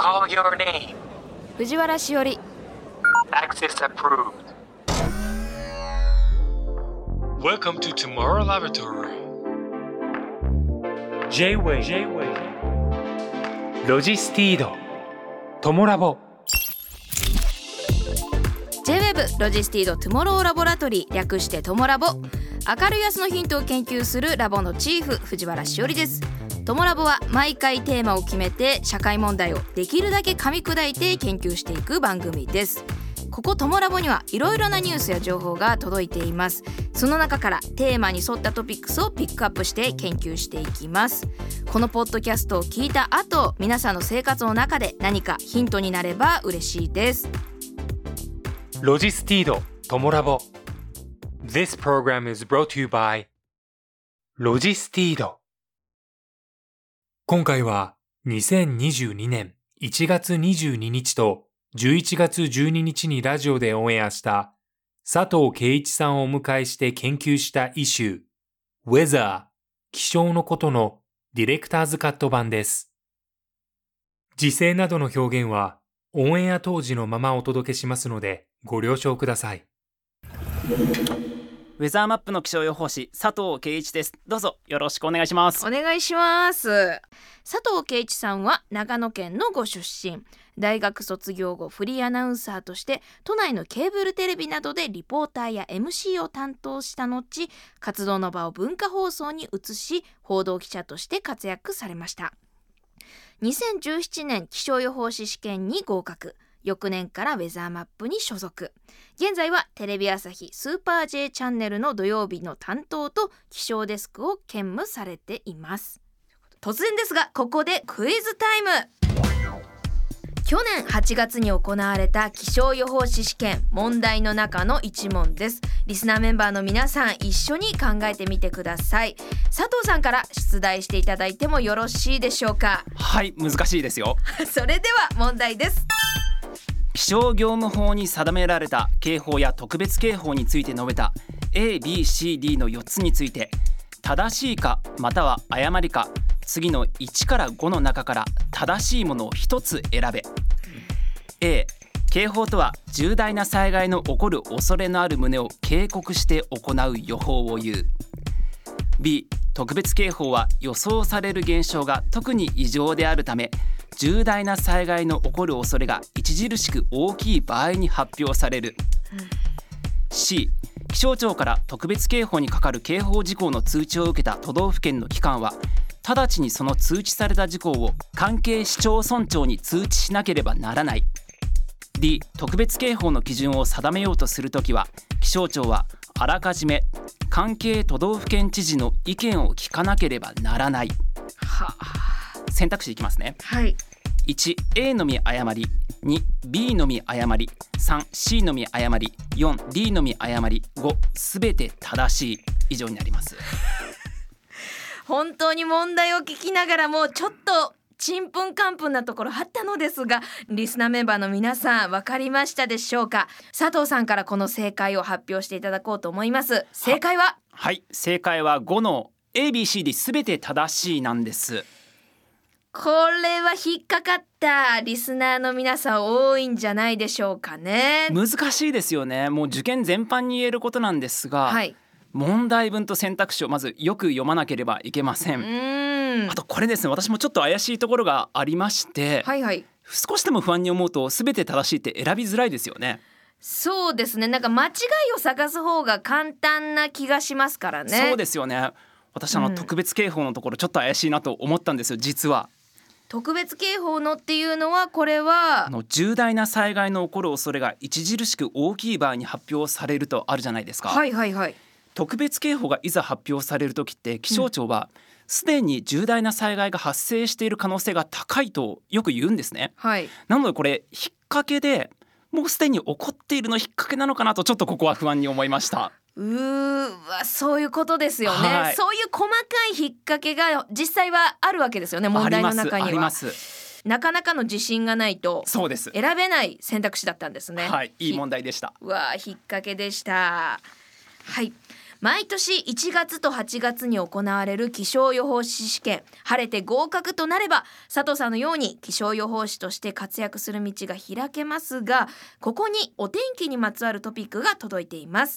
call your name. 藤原しおり。 Access approved. Welcome to Tomorrow Laboratory. J-Way ロジスティードトモラボ。 J-Web ロジスティードトゥモローラボラトリー、略してトモラボ。明るい明日のヒントを研究するラボのチーフ、藤原しおりです。トモラボは毎回テーマを決めて社会問題をできるだけ噛み砕いて研究していく番組です。ここトモラボにはいろいろなニュースや情報が届いています。その中からテーマに沿ったトピックスをピックアップして研究していきます。このポッドキャストを聞いた後、皆さんの生活の中で何かヒントになれば嬉しいです。 ロジスティードトモラボ。 This program is brought to you by ロジスティード。今回は2022年1月22日と11月12日にラジオでオンエアした佐藤圭一さんをお迎えして研究したイシュー Weather 気象のことのディレクターズカット版です。時勢などの表現はオンエア当時のままお届けしますのでご了承ください。 ウェザーマップの気象予報士佐藤圭一です。どうぞよろしくお願いします。 お願いします。佐藤圭一さんは長野県のご出身。大学卒業後フリーアナウンサーとして都内のケーブルテレビなどでリポーターや MC を担当した後、活動の場を文化放送に移し報道記者として活躍されました。2017年気象予報士試験に合格。翌年からウェザーマップに所属。現在はテレビ朝日スーパー J チャンネルの土曜日の担当と気象デスクを兼務されています。突然ですがここでクイズタイム。去年8月に行われた気象予報士試験問題の中の1問です。リスナーメンバーの皆さん一緒に考えてみてください。佐藤さんから出題していただいてもよろしいでしょうか。 はい、難しいですよ。 それでは問題です。 気象業務法に定められた警報や特別警報について述べた A、B、C、D の4つについて正しいかまたは誤りか次の1から5の中から正しいものを1つ選べ。 A、警報とは重大な災害の起こる恐れのある旨を警告して行う予報を言う。 B、特別警報は予想される現象が特に異常であるため重大な災害の起こる恐れが著しく大きい場合に発表される。C、気象庁から特別警報にかかる警報事項の通知を受けた都道府県の機関は直ちにその通知された事項を関係市町村長に通知しなければならない。 D、特別警報の基準を定めようとするときは気象庁はあらかじめ関係都道府県知事の意見を聞かなければならない。選択肢いきますね。 はい。 1、A のみ誤り、2、B のみ誤り、3、C のみ誤り、4、D のみ誤り、5、すべて正しい。以上になります。 本当に問題を聞きながらもちょっとちんぷんかんぷんなところあったのですが、リスナーメンバーの皆さん分かりましたでしょうか。佐藤さんからこの正解を発表していただこうと思います。正解ははい、正解は5の A、B、C、D すべて正しいなんです。 これは引っかかったリスナーの皆さん多いんじゃないでしょうかね。 難しいですよね。もう受験全般に言えることなんですが、 はい、 問題文と選択肢をまずよく読まなければいけません。あとこれですね、私もちょっと怪しいところがありまして、 はいはい、 少しでも不安に思うと全て正しいって選びづらいですよね。 そうですね、なんか間違いを探す方が簡単な気がしますからね。 そうですよね。私特別警報のところちょっと怪しいなと思ったんですよ。実は特別警報のっていうのはこれは重大な災害の起こる恐れが著しく大きい場合に発表されるとあるじゃないですか。 はいはいはい。 特別警報がいざ発表されるときって気象庁はすでに重大な災害が発生している可能性が高いとよく言うんですね。 はい、 なのでこれ引っ掛けでもうすでに起こっているの引っ掛けなのかなとちょっとここは不安に思いました。 そういうことですよね、はい、そういう細かい引っ掛けが実際はあるわけですよね。問題の中にはあります。 なかなかの自信がないと選べない選択肢だったんですね。 はい、いい問題でした。 引っ掛けでした。はい、 毎年1月と8月に行われる気象予報士試験、晴れて合格となれば佐藤さんのように気象予報士として活躍する道が開けますが、ここにお天気にまつわるトピックが届いています。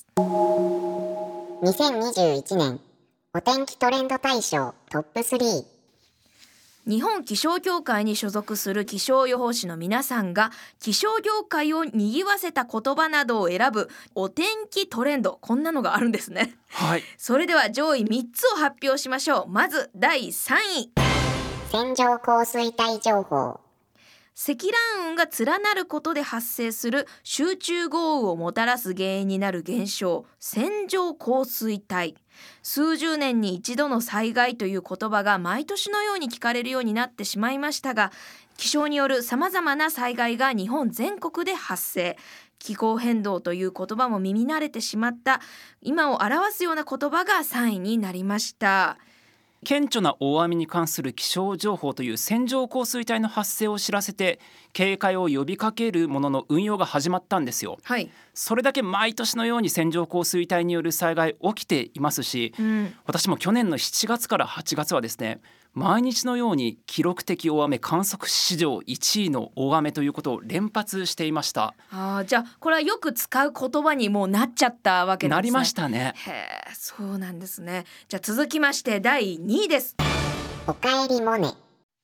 2021年お天気トレンド大賞トップ3。 日本気象協会に所属する気象予報士の皆さんが気象業界を賑わせた言葉などを選ぶお天気トレンド、こんなのがあるんですね。 はい、 それでは上位3つを発表しましょう。まず第3位、 線状降水帯情報。 積乱雲が連なることで発生する集中豪雨をもたらす原因になる現象、線状降水帯。数十年に一度の災害という言葉が毎年のように聞かれるようになってしまいましたが、気象によるさまざまな災害が日本全国で発生。気候変動という言葉も耳慣れてしまった今を表すような言葉が3位になりました。 顕著な大雨に関する気象情報という線状降水帯の発生を知らせて警戒を呼びかけるものの運用が始まったんですよ。 はい、 それだけ毎年のように線状降水帯による災害起きていますし、私も去年の7月から8月はですね、毎日のように記録的大雨観測史上1位の大雨ということを連発していました。 じゃあこれはよく使う言葉にもうなっちゃったわけですね。 なりましたね。 へえ、そうなんですね。じゃあ続きまして第2位です。 おかえりモネ。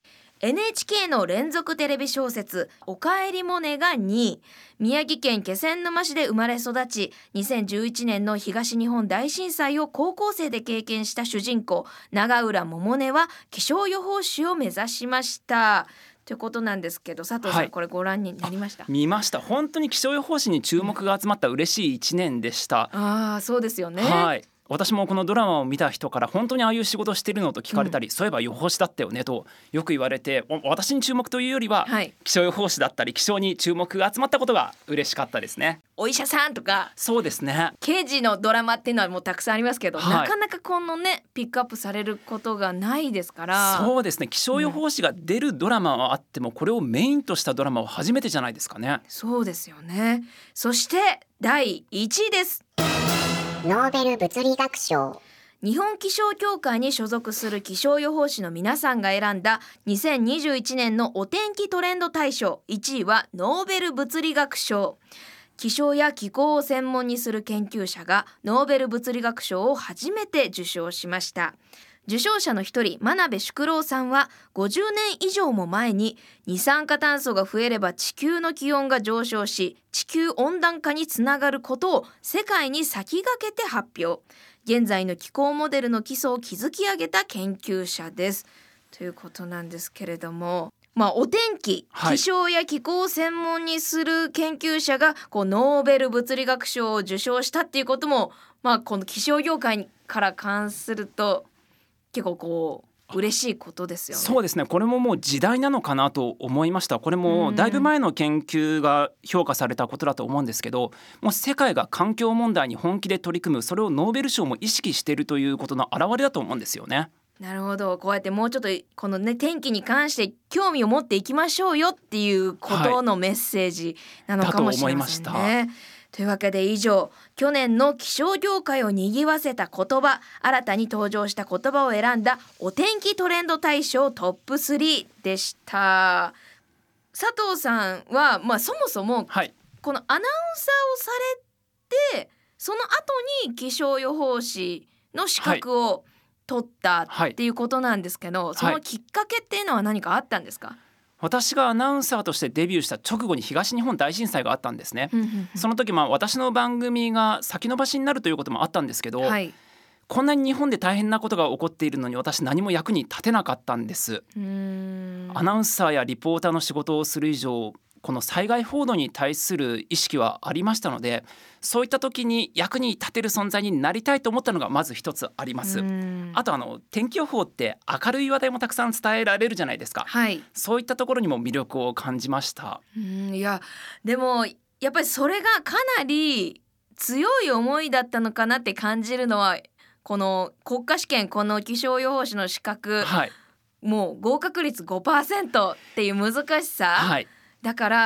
NHK の連続テレビ小説おかえりモネが2位。宮城県気仙沼市で生まれ育ち、2011年の東日本大震災を高校生で経験した主人公永浦百音は気象予報士を目指しましたということなんですけど、佐藤さん、これご覧になりました？ 見ました。本当に気象予報士に注目が集まった嬉しい1年でした。 そうですよね。 はい、私もこのドラマを見た人から本当にああいう仕事をしてるのと聞かれたり、そういえば予報士だったよねとよく言われて、私に注目というよりは、気象予報士だったり気象に注目が集まったことが嬉しかったですね。 お医者さんとかそうですね、 刑事のドラマっていうのはもうたくさんありますけど、なかなかこのねピックアップされることがないですから。 そうですね、気象予報士が出るドラマはあっても、これをメインとしたドラマは初めてじゃないですかね。 そうですよね。そして第1位です。 ノーベル物理学賞。 日本気象協会に所属する気象予報士の皆さんが選んだ2021年のお天気トレンド大賞、1位はノーベル物理学賞。気象や気候を専門にする研究者がノーベル物理学賞を初めて受賞しました。受賞者の一人真鍋淑郎さんは50年以上も前に二酸化炭素が増えれば地球の気温が上昇し地球温暖化につながることを世界に先駆けて発表。現在の気候モデルの基礎を築き上げた研究者ですということなんですけれども、お天気、気象や気候を専門にする研究者がノーベル物理学賞を受賞したっていうことも、この気象業界から関すると結構嬉しいことですよね。 そうですね、これももう時代なのかなと思いました。これもだいぶ前の研究が評価されたことだと思うんですけど、もう世界が環境問題に本気で取り組む、それをノーベル賞も意識しているということの表れだと思うんですよね。 なるほど。こうやってもうちょっとこのね天気に関して興味を持っていきましょうよっていうことのメッセージなのかもしれませんね。 だと思いました。 というわけで以上、去年の気象業界を賑わせた言葉、新たに登場した言葉を選んだお天気トレンド大賞トップ3でした。佐藤さんは、そもそもこのアナウンサーをされて、その後に気象予報士の資格を取ったっていうことなんですけど、そのきっかけっていうのは何かあったんですか？ 私がアナウンサーとしてデビューした直後に東日本大震災があったんですね。その時私の番組が先延ばしになるということもあったんですけど、こんなに日本で大変なことが起こっているのに私何も役に立てなかったんです。アナウンサーやリポーターの仕事をする以上、この災害報道に対する意識はありましたので、そういった時に役に立てる存在になりたいと思ったのがまず一つあります。あと天気予報って明るい話題もたくさん伝えられるじゃないですか。そういったところにも魅力を感じました。 いやでもやっぱりそれがかなり強い思いだったのかなって感じるのは、この国家試験、この気象予報士の資格、もう合格率 5% っていう難しさ、だから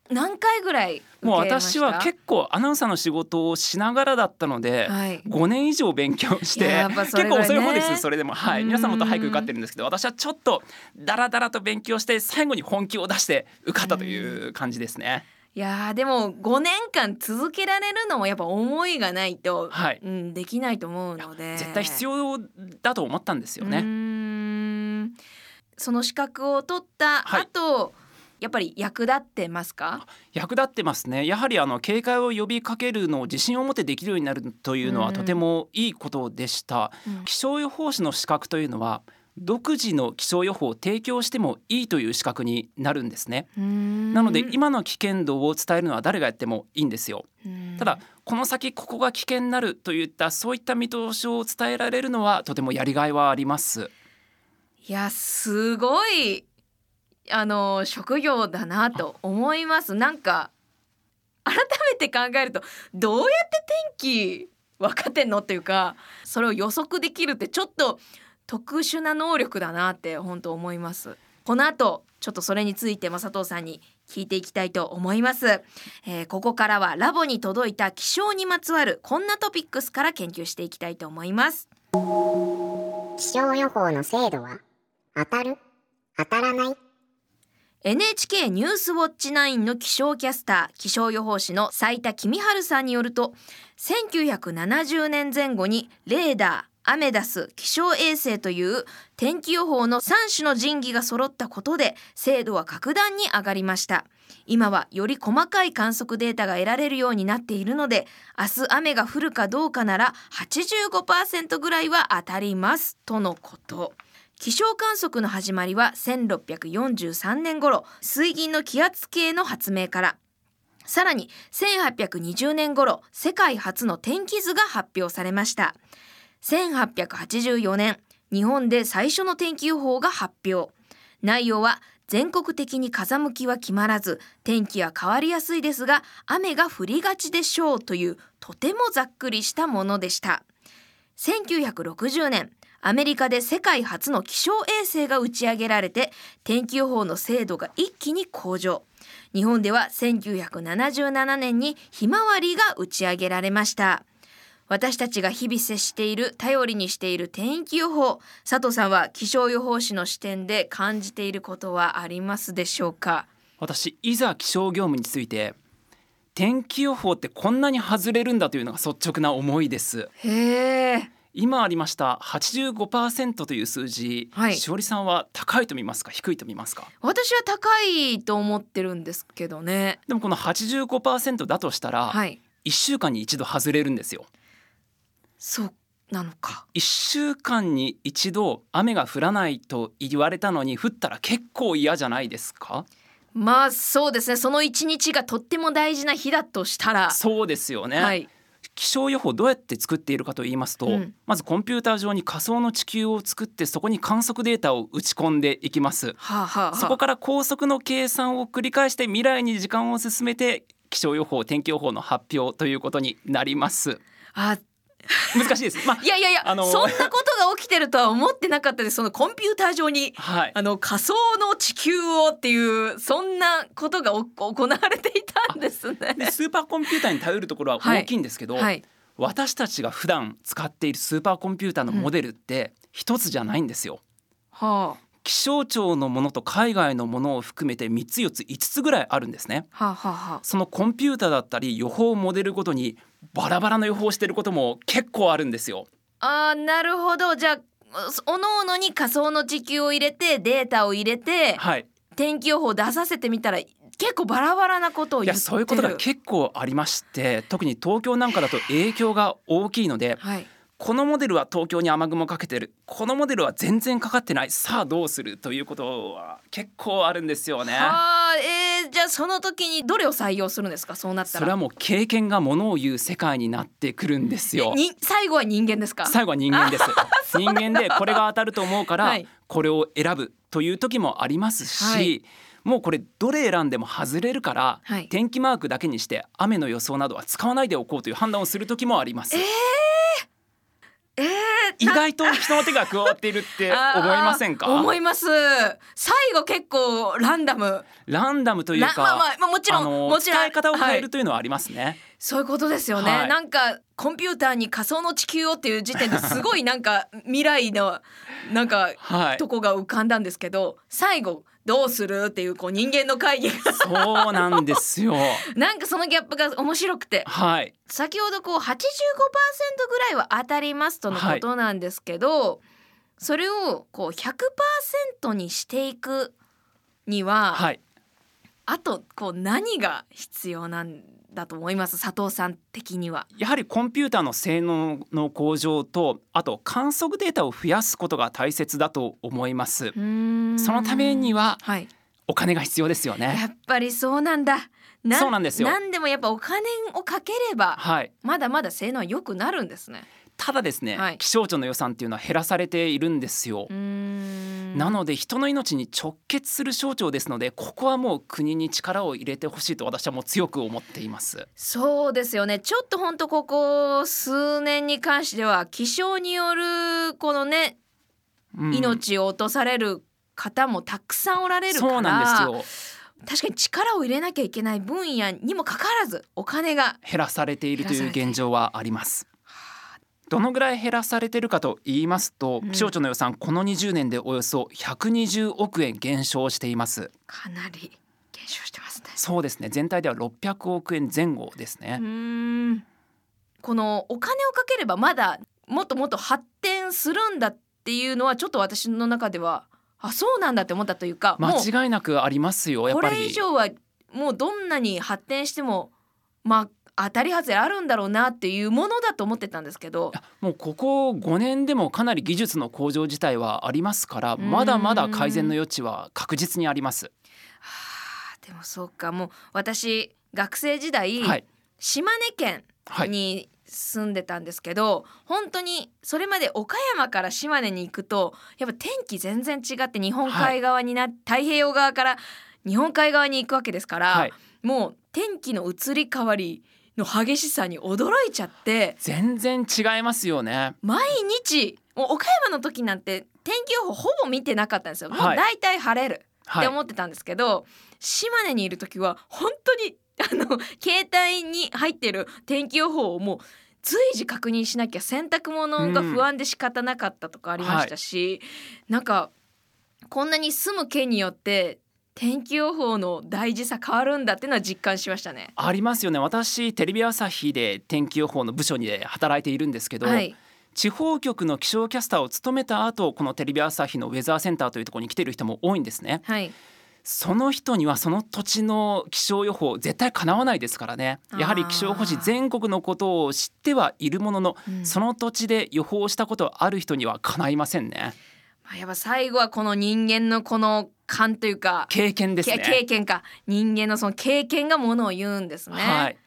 何回ぐらい受けました？ もう私は結構アナウンサーの仕事をしながらだったので、 はい、 5年以上勉強して、 やっぱそれぐらいね、 結構遅い方です。それでも、はい、皆さんもっと早く受かってるんですけど、私はちょっとダラダラと勉強して最後に本気を出して受かったという感じですね。 いやでも5年間続けられるのもやっぱ思いがないと、 はい、 できないと思うので、 絶対必要だと思ったんですよね。 その資格を取った後、はい、やっぱり役立ってますか？ 役立ってますね。やはり警戒を呼びかけるのを自信を持ってできるようになるというのはとてもいいことでした。気象予報士の資格というのは独自の気象予報を提供してもいいという資格になるんですね。なので今の危険度を伝えるのは誰がやってもいいんですよ。ただこの先ここが危険になるといったそういった見通しを伝えられるのはとてもやりがいはあります。 いやすごい職業だなと思います。なんか改めて考えるとどうやって天気分かってんのっていうか、それを予測できるってちょっと特殊な能力だなって本当思います。この後ちょっとそれについても佐藤さんに聞いていきたいと思います。ここからはラボに届いた気象にまつわるこんなトピックスから研究していきたいと思います。 気象予報の精度は当たる？当たらない？ NHK ニュースウォッチ9の気象キャスター、気象予報士の斉田公治さんによると、1970年前後にレーダー、アメダス、気象衛星という天気予報の3種の神器が揃ったことで精度は格段に上がりました。今はより細かい観測データが得られるようになっているので、明日雨が降るかどうかなら 85% ぐらいは当たりますとのこと。気象観測の始まりは1643年頃、水銀の気圧計の発明から、さらに1820年頃、世界初の天気図が発表されました。1884年、日本で最初の天気予報が発表。内容は全国的に風向きは決まらず、天気は変わりやすいですが雨が降りがちでしょうというとてもざっくりしたものでした。1960年、アメリカで世界初の気象衛星が打ち上げられて、天気予報の精度が一気に向上。日本では1977年にひまわりが打ち上げられました。私たちが日々接している、頼りにしている天気予報、佐藤さんは気象予報士の視点で感じていることはありますでしょうか？ 私、いざ気象業務について、天気予報ってこんなに外れるんだというのが率直な思いです。 へー。 今ありました 85% という数字、 はい、 しおりさんは高いと見ますか、低いと見ますか？ 私は高いと思ってるんですけどね。 でもこの 85% だとしたら、 はい、 1週間に一度外れるんですよ。 そうなのか。 1週間に一度雨が降らないと言われたのに降ったら結構嫌じゃないですか？ まあそうですね。その一日がとっても大事な日だとしたら。 そうですよね、 はい、 気象予報どうやって作っているかと言いますと、まずコンピューター上に仮想の地球を作って、そこに観測データを打ち込んでいきます。そこから高速の計算を繰り返して未来に時間を進めて気象予報、天気予報の発表ということになります。難しいです、 いやそんなことが起きてるとは思ってなかったです。そのコンピューター上に、はい、仮想の地球をっていうそんなことが行われていたんですね。 でスーパーコンピューターに頼るところは大きいんですけど、はいはい、私たちが普段使っているスーパーコンピューターのモデルって一つじゃないんですよ、気象庁のものと海外のものを含めて3つ4つ5つぐらいあるんですね、そのコンピューターだったり予報モデルごとにバラバラの予報をしていることも結構あるんですよ。 なるほど。じゃあおのおのに仮想の地球を入れてデータを入れて、はい、天気予報を出させてみたら結構バラバラなことを言ってる。 そういうことが結構ありまして、特に東京なんかだと影響が大きいので、はい、このモデルは東京に雨雲かけてる、このモデルは全然かかってない、さあどうするということは結構あるんですよね。 じゃあその時にどれを採用するんですか？そうなったらそれはもう経験がものを言う世界になってくるんですよ。 最後は人間ですか？ 最後は人間です人間でこれが当たると思うから、はい、これを選ぶという時もありますし、はい、もうこれどれ選んでも外れるから、はい、天気マークだけにして雨の予想などは使わないでおこうという判断をする時もあります。 意外と人の手が加わっているって思いませんか？ 思います。最後結構ランダムというか、 もちろん使い方を変えるというのはありますね。 そういうことですよね、 はいなんかコンピューターに仮想の地球をっていう時点ですごいなんか未来のなんかはいとこが浮かんだんですけど、最後どうするっていうこう人間の会議がそうなんですよ。 なんかそのギャップが面白くて、 はい先ほどこう 85% ぐらいは当たりますとのことなんですけど、それをこう 100% にしていくには、 はいあとこう何が必要なんだと思います？佐藤さん的には。 やはりコンピューターの性能の向上と、あと観測データを増やすことが大切だと思います。そのためにははいお金が必要ですよやね。 っぱりそうなんだ。 そうなんですよ。 なんでもやっぱお金をかければはいまだまだ性能は良くなるんですね。 ただですね、 はい気象庁の予算っていうのは減らされているんですよ。なので人の命に直結する省庁ですので、ここはもう国に力を入れてほしいと私はもう強く思っています。 そうですよね。ちょっと本当ここ数年に関しては気象によるこのね、命を落とされる方もたくさんおられるから、 そうなんですよ。 確かに力を入れなきゃいけない分野にもかかわらずお金が減らされているという現状はあります。どのぐらい減らされているかと言いますと、気象庁の予算この20年でおよそ120億円減少しています。 かなり減少してますね。 そうですね、全体では600億円前後ですね。 このお金をかければまだもっともっと発展するんだっていうのはちょっと私の中ではそうなんだって思ったというか、もう間違いなくありますよ。やっこぱりれ以上はもうどんなに発展しても当たり外れあるんだろうなっていうものだと思ってたんですけど、 もうここ5年でもかなり技術の向上自体はありますから、まだまだ改善の余地は確実にあります。 でもそうか、もう私学生時代、 はい島根県に住んでたんですけど、本当にそれまで岡山から島根に行くとやっぱ天気全然違って、日本海側に太平洋側から日本海側に行くわけですから、もう天気の移り変わりの激しさに驚いちゃって、 全然違いますよね。 毎日もう岡山の時なんて天気予報ほぼ見てなかったんですよ。もうだいたい晴れるって思ってたんですけど、島根にいる時は本当に携帯に入ってる天気予報をもう随時確認しなきゃ、洗濯物が不安で仕方なかったとかありましたし、なんかこんなに住む県によって天気予報の大事さ変わるんだっていうのは実感しましたね。 ありますよね。私テレビ朝日で天気予報の部署に働いているんですけど、地方局の気象キャスターを務めた後、このテレビ朝日のウェザーセンターというところに来ている人も多いんですね。その人にはその土地の気象予報絶対かなわないですからね。やはり気象予報士全国のことを知ってはいるものの、その土地で予報したことある人にはかないませんね。 やっぱ最後はこの人間のこの勘というか経験ですね。 経験か、人間のその経験がものを言うんですね。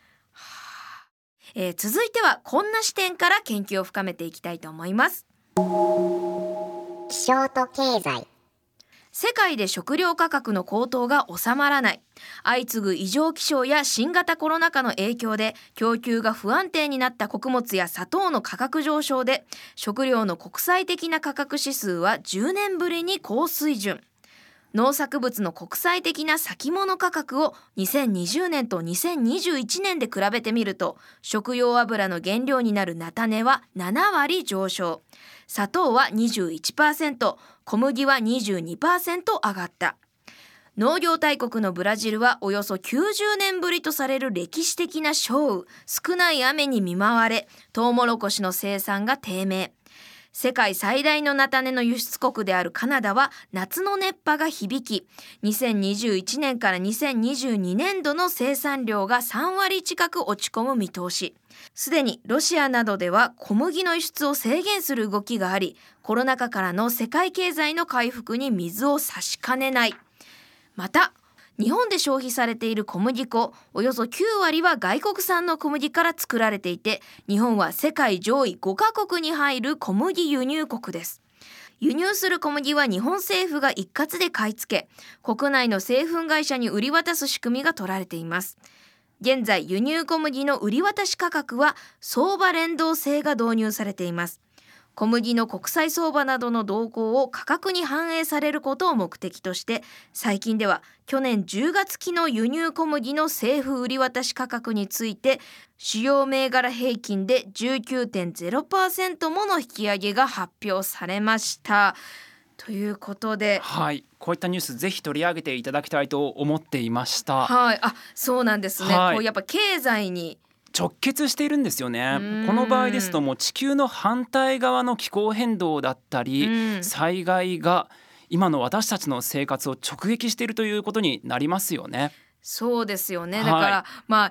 続いてはこんな視点から研究を深めていきたいと思います。 気象と経済。 世界で食料価格の高騰が収まらない。相次ぐ異常気象や新型コロナ禍の影響で供給が不安定になった穀物や砂糖の価格上昇で、食料の国際的な価格指数は10年ぶりに高水準。農作物の国際的な先物価格を2020年と2021年で比べてみると、食用油の原料になる菜種は7割上昇、砂糖は 21%、小麦は 22% 上がった。農業大国のブラジルはおよそ90年ぶりとされる歴史的な少雨、少ない雨に見舞われ、トウモロコシの生産が低迷。世界最大の菜種の輸出国であるカナダは夏の熱波が響き、2021年から2022年度の生産量が3割近く落ち込む見通し。すでにロシアなどでは小麦の輸出を制限する動きがあり、コロナ禍からの世界経済の回復に水を差しかねない。また日本で消費されている小麦粉およそ9割は外国産の小麦から作られていて、日本は世界上位5カ国に入る小麦輸入国です。輸入する小麦は日本政府が一括で買い付け、国内の製粉会社に売り渡す仕組みが取られています。現在輸入小麦の売り渡し価格は相場連動制が導入されています。 小麦の国際相場などの動向を価格に反映されることを目的として、最近では去年10月期の輸入小麦の政府売渡価格について主要銘柄平均で 19.0% もの引き上げが発表されましたということで、 はい、こういったニュースぜひ取り上げていただきたいと思っていました。 はい、そうなんですね、 はい、 こうやっぱ経済に直結しているんですよね。この場合ですともう地球の反対側の気候変動だったり災害が今の私たちの生活を直撃しているということになりますよね。 そうですよね。だから、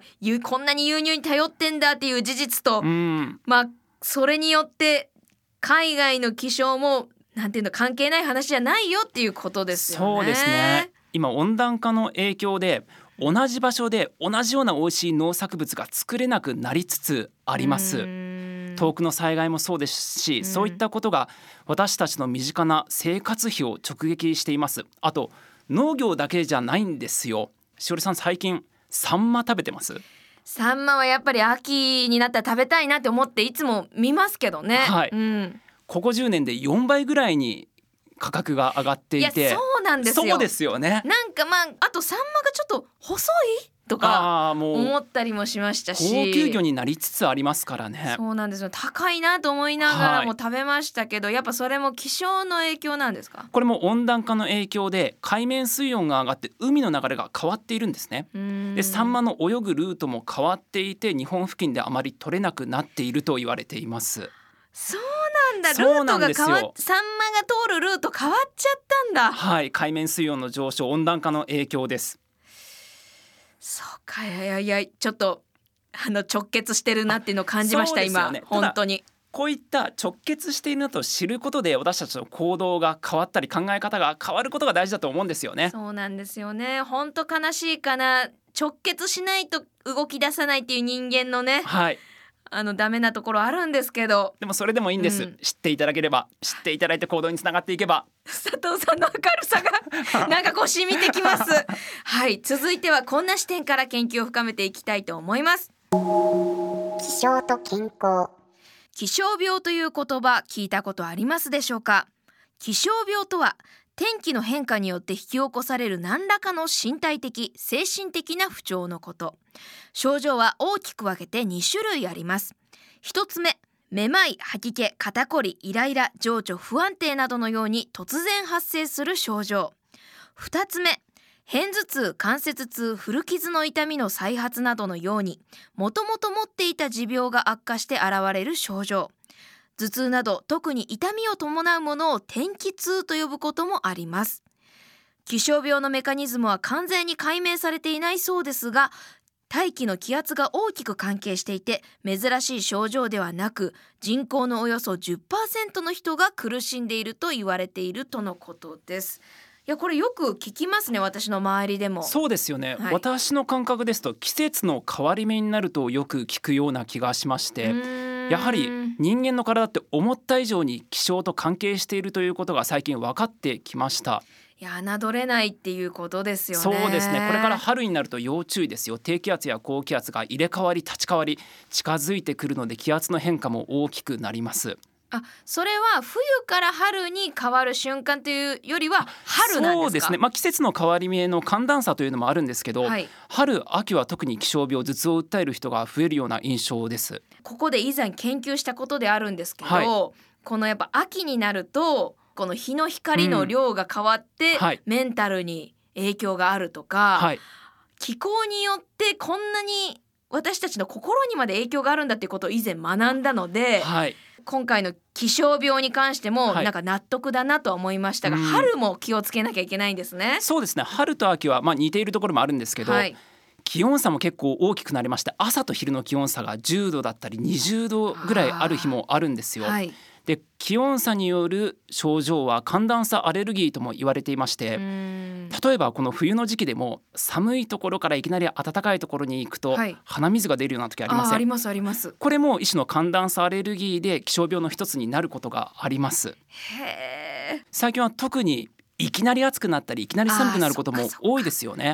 こんなに輸入に頼ってんだっていう事実と、それによって海外の気象もなんていうの関係ない話じゃないよっていうことですよね。 そうですね。今温暖化の影響で同じ場所で同じような美味しい農作物が作れなくなりつつあります。遠くの災害もそうですし、そういったことが私たちの身近な生活費を直撃しています。あと農業だけじゃないんですよ。しおりさん、最近サンマ食べてます？ サンマはやっぱり秋になったら食べたいなって思っていつも見ますけどね。 はい、ここ10年で4倍ぐらいに価格が上がっていて。 いやそうなんですよ。 そうですよね。 なんかあとサンマがちょっと細いとか思ったりもしましたし、 高級魚になりつつありますからね。 そうなんですよ。高いなと思いながらも食べましたけど、やっぱそれも気象の影響なんですか？ これも温暖化の影響で海面水温が上がって海の流れが変わっているんですね。でサンマの泳ぐルートも変わっていて日本付近であまり取れなくなっていると言われています。 そうなんだ。ルートが変わっサンマが通るルート変わっちゃったんだ。 はい、海面水温の上昇、温暖化の影響です。 そうか、いやちょっと直結してるなっていうのを感じました、今本当に。 こういった直結しているなと知ることで私たちの行動が変わったり考え方が変わることが大事だと思うんですよね。 そうなんですよね。本当悲しいかな。直結しないと動き出さないっていう人間のね、 はい、 ダメなところあるんですけど、 でもそれでもいいんです、知っていただければ、知っていただいて行動につながっていけば。 佐藤さんの明るさがなんかこう染みてきますはい、続いてはこんな視点から研究を深めていきたいと思います。 気象と健康。 気象病という言葉聞いたことありますでしょうか？気象病とは天気の変化によって引き起こされる何らかの身体的・精神的な不調のこと。症状は大きく分けて2種類あります。1つ目、めまい、吐き気、肩こり、イライラ、情緒不安定などのように突然発生する症状。2つ目、片頭痛、関節痛、古傷の痛みの再発などのようにもともと持っていた持病が悪化して現れる症状。頭痛など特に痛みを伴うものを天気痛と呼ぶこともあります。気象病のメカニズムは完全に解明されていないそうですが、大気の気圧が大きく関係していて珍しい症状ではなく、人口のおよそ 10% の人が苦しんでいると言われているとのことです。いやこれよく聞きますね、私の周りでも。 そうですよね、私の感覚ですと季節の変わり目になるとよく聞くような気がしまして、やはり人間の体って思った以上に気象と関係しているということが最近分かってきました。 いや侮れないっていうことですよね。 そうですね。これから春になると要注意ですよ。低気圧や高気圧が入れ替わり立ち替わり近づいてくるので気圧の変化も大きくなります。 それは冬から春に変わる瞬間というよりは春なんですか？ そうですね、季節の変わり目の寒暖差というのもあるんですけど、春秋は特に気象病頭痛を訴える人が増えるような印象です。 ここで以前研究したことであるんですけど、このやっぱ秋になるとこの日の光の量が変わって、メンタルに影響があるとか、気候によってこんなに私たちの心にまで影響があるんだっていうことを以前学んだので、今回の気象病に関してもなんか納得だなとは思いましたが、春も気をつけなきゃいけないんですね。 そうですね。春と秋は似ているところもあるんですけど、気温差も結構大きくなりまして、朝と昼の気温差が10度だったり20度ぐらいある日もあるんですよ。で気温差による症状は寒暖差アレルギーとも言われていまして、例えばこの冬の時期でも寒いところからいきなり暖かいところに行くと、鼻水が出るような時ありません？ ありますあります。 これも一種の寒暖差アレルギーで気象病の一つになることがあります。最近は特にいきなり暑くなったりいきなり寒くなることも多いですよね。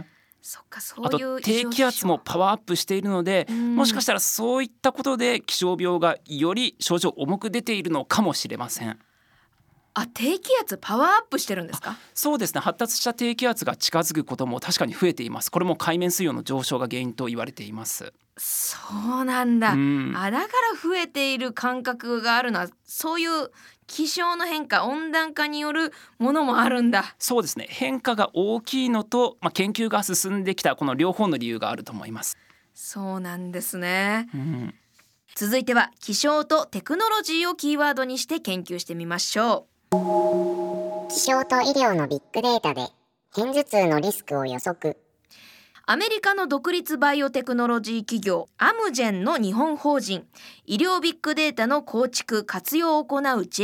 そっか、そあとういう低気圧もパワーアップしているので、もしかしたらそういったことで気象病がより症状重く出ているのかもしれません。 低気圧パワーアップしてるんですか？ そうですね、発達した低気圧が近づくことも確かに増えています。これも海面水温の上昇が原因と言われています。 そうなんだ、 うん、 だから増えている感覚があるのは、そういう気象の変化、温暖化によるものもあるんだ。 そうですね、変化が大きいのと、研究が進んできたこの両方の理由があると思います。 そうなんですね。 うん、 続いては気象とテクノロジーをキーワードにして研究してみましょ気象と医療のビッグデータで片頭痛のリスクを予測。 う。アメリカの独立バイオテクノロジー企業アムジェンの日本法人、医療ビッグデータの構築活用を行う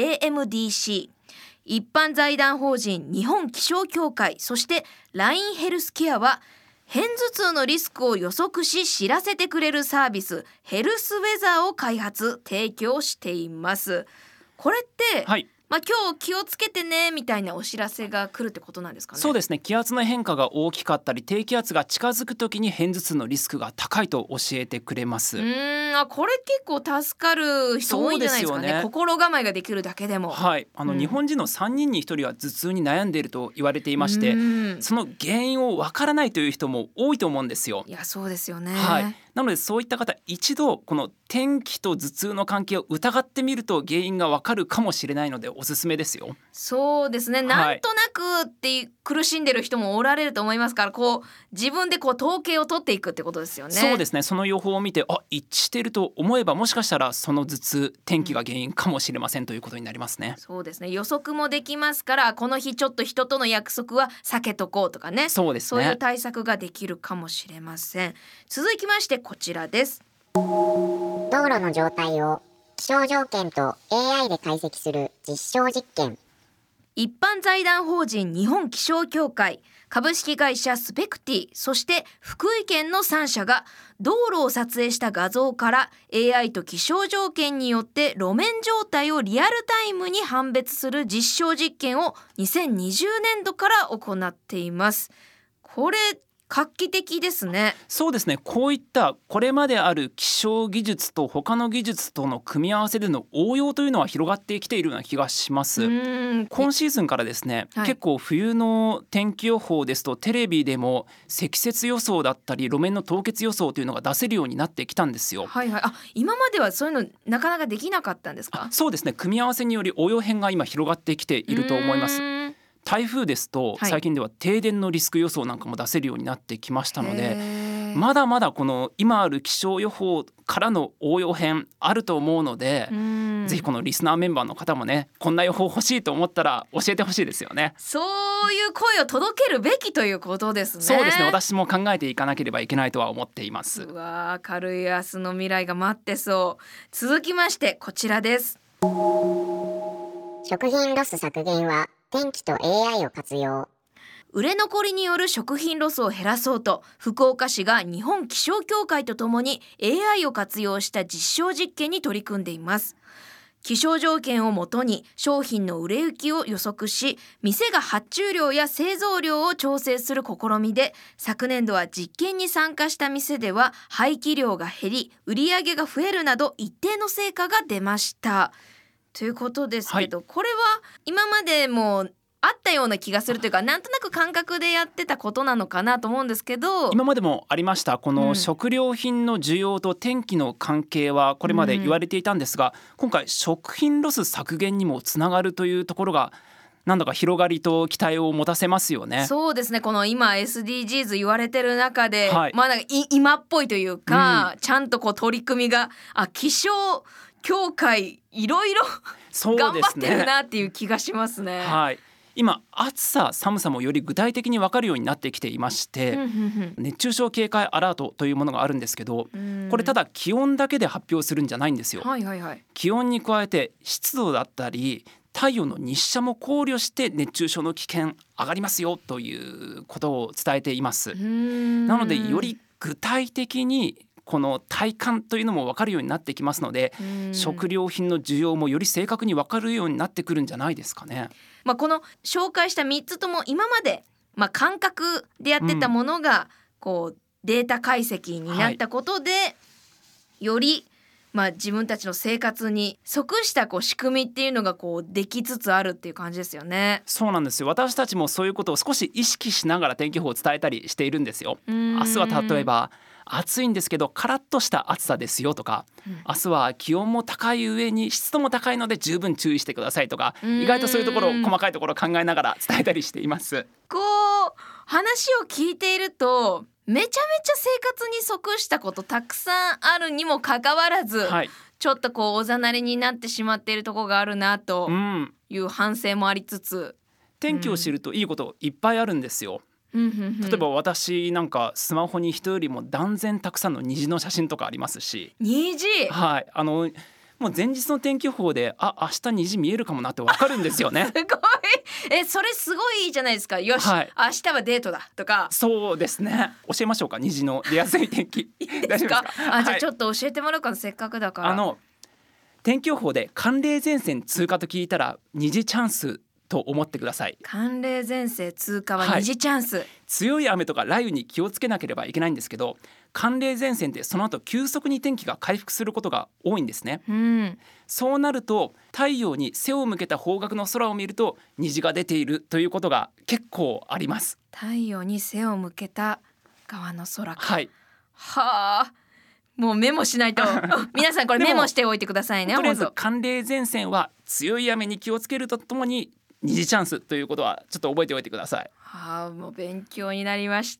JMDC、 一般財団法人日本気象協会、そしてラインヘルスケアは片頭痛のリスクを予測し知らせてくれるサービスヘルスウェザーを開発提供しています。これって、 はい、 今日気をつけてねみたいなお知らせが来るってことなんですかね？ そうですね、気圧の変化が大きかったり低気圧が近づくときに片頭痛のリスクが高いと教えてくれます。 これ結構助かる人多いんじゃないですかね。 そうですよね、 心構えができるだけでも。 はい、日本人の3人に1人は頭痛に悩んでいると言われていまして、その原因をわからないという人も多いと思うんですよ。 いや、そうですよね。 はい、なのでそういった方、一度この天気と頭痛の関係を疑ってみると原因がわかるかもしれないのでおすすめですよ。 そうですね、なんとなくって苦しんでる人もおられると思いますから、自分で統計を取っていくってことですよね。 そうですね、その予報を見て一致していると思えば、もしかしたらその頭痛、天気が原因かもしれませんということになりますね。 そうですね、予測もできますから、この日ちょっと人との約束は避けとこうとかね。 そうですね、 そういう対策ができるかもしれません。続きましてこちらです。 道路の状態を気象条件と AI で解析する実証実験。 一般財団法人日本気象協会、株式会社スペクティ、そして福井県の3社が道路を撮影した画像から AI と気象条件によって路面状態をリアルタイムに判別する実証実験を2020年度から行っています。これ画期的ですね。 そうですね、こういったこれまである気象技術と他の技術との組み合わせでの応用というのは広がってきているような気がします。今シーズンからですね、 はい、 結構冬の天気予報ですとテレビでも積雪予想だったり路面の凍結予想というのが出せるようになってきたんですよ。 はいはい、今まではそういうのなかなかできなかったんですか？ そうですね、組み合わせにより応用編が今広がってきていると思います。台風ですと最近では停電のリスク予想なんかも出せるようになってきましたので、まだまだこの今ある気象予報からの応用編あると思うので、ぜひこのリスナーメンバーの方もね、こんな予報欲しいと思ったら教えてほしいですよね。 そういう声を届けるべきということですね。 そうですね、私も考えていかなければいけないとは思っています。 うわー、明るい明日の未来が待ってそう。続きましてこちらです。 食品ロス削減は天気と AI を活用。 売れ残りによる食品ロスを減らそうと、福岡市が日本気象協会とともに AI を活用した実証実験に取り組んでいます。気象条件をもとに商品の売れ行きを予測し、店が発注量や製造量を調整する試みで、昨年度は実験に参加した店では廃棄量が減り、売上が増えるなど一定の成果が出ましたということですけど、これは今までもあったような気がするというか、なんとなく感覚でやってたことなのかなと思うんですけど、 今までもありました。この食料品の需要と天気の関係はこれまで言われていたんですが、今回食品ロス削減にもつながるというところがなんだか広がりと期待を持たせますよね。 そうですね、この今 SDGs 言われてる中で、 はい、 なんか今っぽいというか、ちゃんと取り組みが気象協会いろいろ頑張ってるなっていう気がしますね。 はい、今暑さ寒さもより具体的に分かるようになってきていまして、熱中症警戒アラートというものがあるんですけど、これただ気温だけで発表するんじゃないんですよ。気温に加えて湿度だったり太陽の日射も考慮して熱中症の危険上がりますよということを伝えています。なのでより具体的にこの体感というのも分かるようになってきますので、食料品の需要もより正確に分かるようになってくるんじゃないですかね。 この紹介した3つとも今まで、感覚でやってたものが、 こうデータ解析になったことで、より自分たちの生活に即した仕組みっていうのができつつあるっていう感じですよね。 そうなんですよ。私たちもそういうことを少し意識しながら天気予報を伝えたりしているんですよ。明日は例えば暑いんですけどカラッとした暑さですよとか、明日は気温も高い上に湿度も高いので十分注意してくださいとか、意外とそういうところ細かいところを考えながら伝えたりしています。 話を聞いているとめちゃめちゃ生活に即したことたくさんあるにもかかわらず、ちょっとおざなりになってしまっているところがあるなという反省もありつつ、 天気を知るといいこといっぱいあるんですよ。例えば私なんかスマホに人よりも断然たくさんの虹の写真とかありますし、 虹、 もう前日の天気予報で明日虹見えるかもなって分かるんですよね。 すごい。それすごいいいじゃないですか。よし、明日はデートだとか。 そうですね。教えましょうか、虹の出やすい天気。 いいですか？じゃあちょっと教えてもらうかな、せっかくだから。 天気予報で寒冷前線通過と聞いたら虹チャンスと思ってください。 寒冷前線通過は虹チャンス、 強い雨とか雷雨に気をつけなければいけないんですけど、寒冷前線ってその後急速に天気が回復することが多いんですね。そうなると太陽に背を向けた方角の空を見ると虹が出ているということが結構あります。 太陽に背を向けた側の空か。 はい。 はあ、もうメモしないと皆さんこれメモしておいてくださいね。 とりあえず寒冷前線は強い雨に気をつけるとともに虹チャンスということはちょっと覚えておいてください。 もう勉強になりました。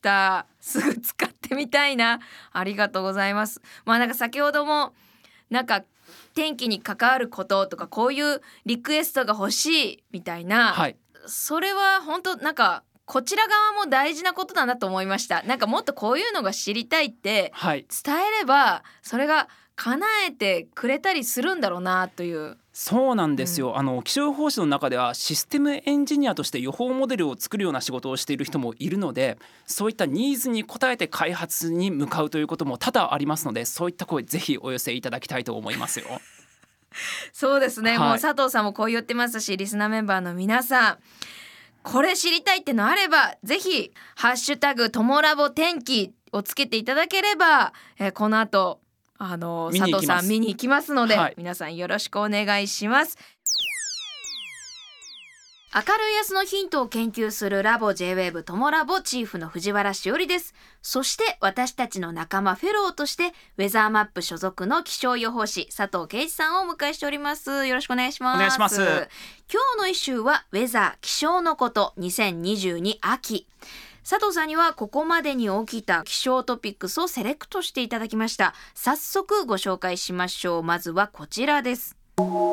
すぐ使ってみたいな。ありがとうございます。なんか先ほどもなんか天気に関わることとかこういうリクエストが欲しいみたいな、それは本当なんかこちら側も大事なことだなと思いました。なんかもっとこういうのが知りたいって伝えれば、それが叶えてくれたりするんだろうなという。 そうなんですよ。気象予報士の中ではシステムエンジニアとして予報モデルを作るような仕事をしている人もいるので、そういったニーズに応えて開発に向かうということも多々ありますので、そういった声ぜひお寄せいただきたいと思いますよ。 そうですね、もう佐藤さんもこう言ってますし、リスナーメンバーの皆さんこれ知りたいってのあればぜひハッシュタグともラボ天気をつけていただければ、この後佐藤さん見に行きますので、皆さんよろしくお願いします。明るい明日のヒントを研究するラボ J-WAVE ともラボチーフの藤原しおりです。そして私たちの仲間フェローとしてウェザーマップ所属の気象予報士佐藤圭一さんをお迎えしております。よろしくお願いします。 お願いします。 今日の一週はウェザー気象のこと2022秋。佐藤さんにはここまでに起きた気象トピックスをセレクトしていただきました。早速ご紹介しましょう。まずはこちらです。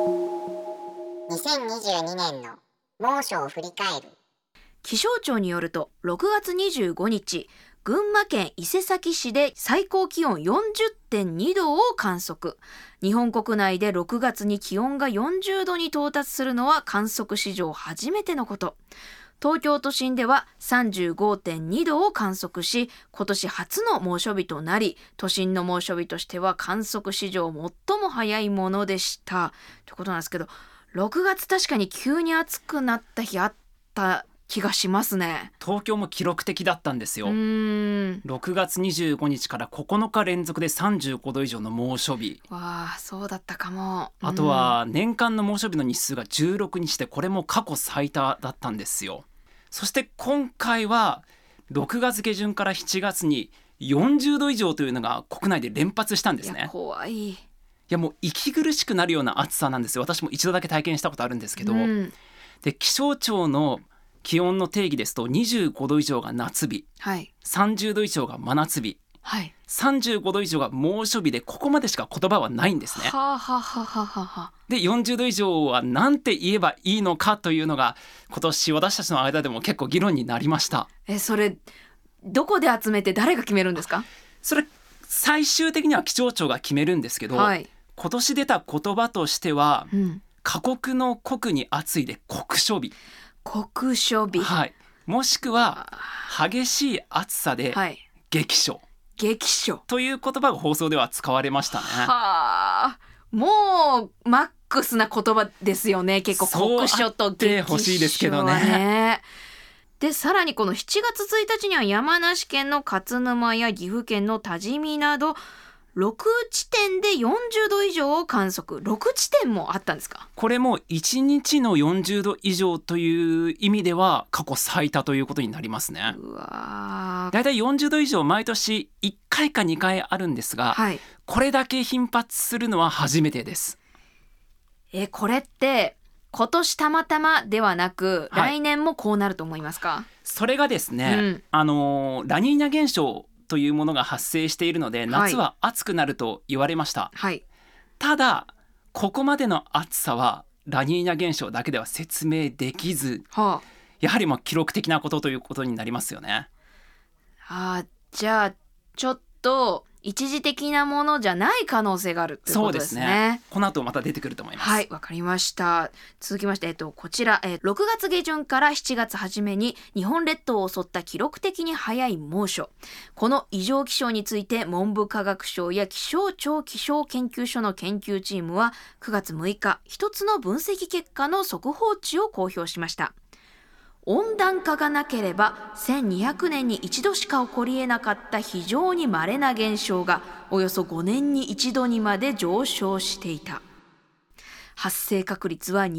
2022年の猛暑を振り返る。 気象庁によると6月25日群馬県伊勢崎市で最高気温 40.2 度を観測。日本国内で6月に気温が40度に到達するのは観測史上初めてのこと。東京都心では 35.2 度を観測し、今年初の猛暑日となり、都心の猛暑日としては観測史上最も早いものでしたということなんですけど、6月確かに急に暑くなった日あった気がしますね。 東京も記録的だったんですよ。6月25日から9日連続で35度以上の猛暑日。 わあ、そうだったかも。 あとは年間の猛暑日の日数が16日で、これも過去最多だったんですよ。そして今回は6月下旬から7月に40度以上というのが国内で連発したんですね。 怖い。 もう息苦しくなるような暑さなんですよ。私も一度だけ体験したことあるんですけど、で気象庁の気温の定義ですと25度以上が夏日、30度以上が真夏日、35度以上が猛暑日で、ここまでしか言葉はないんですね。で40度以上は何て言えばいいのかというのが今年私たちの間でも結構議論になりました。 それどこで集めて誰が決めるんですか？ それ最終的には気象庁が決めるんですけど、今年出た言葉としては、過酷の酷に暑いで酷暑日、 酷暑日、 もしくは激しい暑さで激暑、という言葉が放送では使われましたね。 もうマックスな言葉ですよね。結構酷暑と激暑はね。 でさらにこの7月1日には山梨県の勝沼や岐阜県の多治見など6地点で40度以上を観測。6地点もあったんですか？ これも1日の40度以上という意味では過去最多ということになりますね。 うわだいたい40度以上毎年1回か2回あるんですが、 はい。 これだけ頻発するのは初めてです。 これって今年たまたまではなく、 はい来年もこうなると思いますか？ それがですね、ラニーニャ現象というものが発生しているので、夏は暑くなると言われました。 はい。 ただここまでの暑さはラニーニャ現象だけでは説明できず、 はやはり記録的なことということになりますよね。 じゃあちょっと一時的なものじゃない可能性があるってことですね。 そうですね。この後また出てくると思います。 はい、わかりました。続きまして、こちら、6月下旬から7月初めに日本列島を襲った記録的に早い猛暑。この異常気象について文部科学省や気象庁気象研究所の研究チームは9月6日、一つの分析結果の速報値を公表しました。温暖化がなければ1200年に一度しか起こり得なかった非常に稀な現象がおよそ5年に一度にまで上昇していた。発生確率は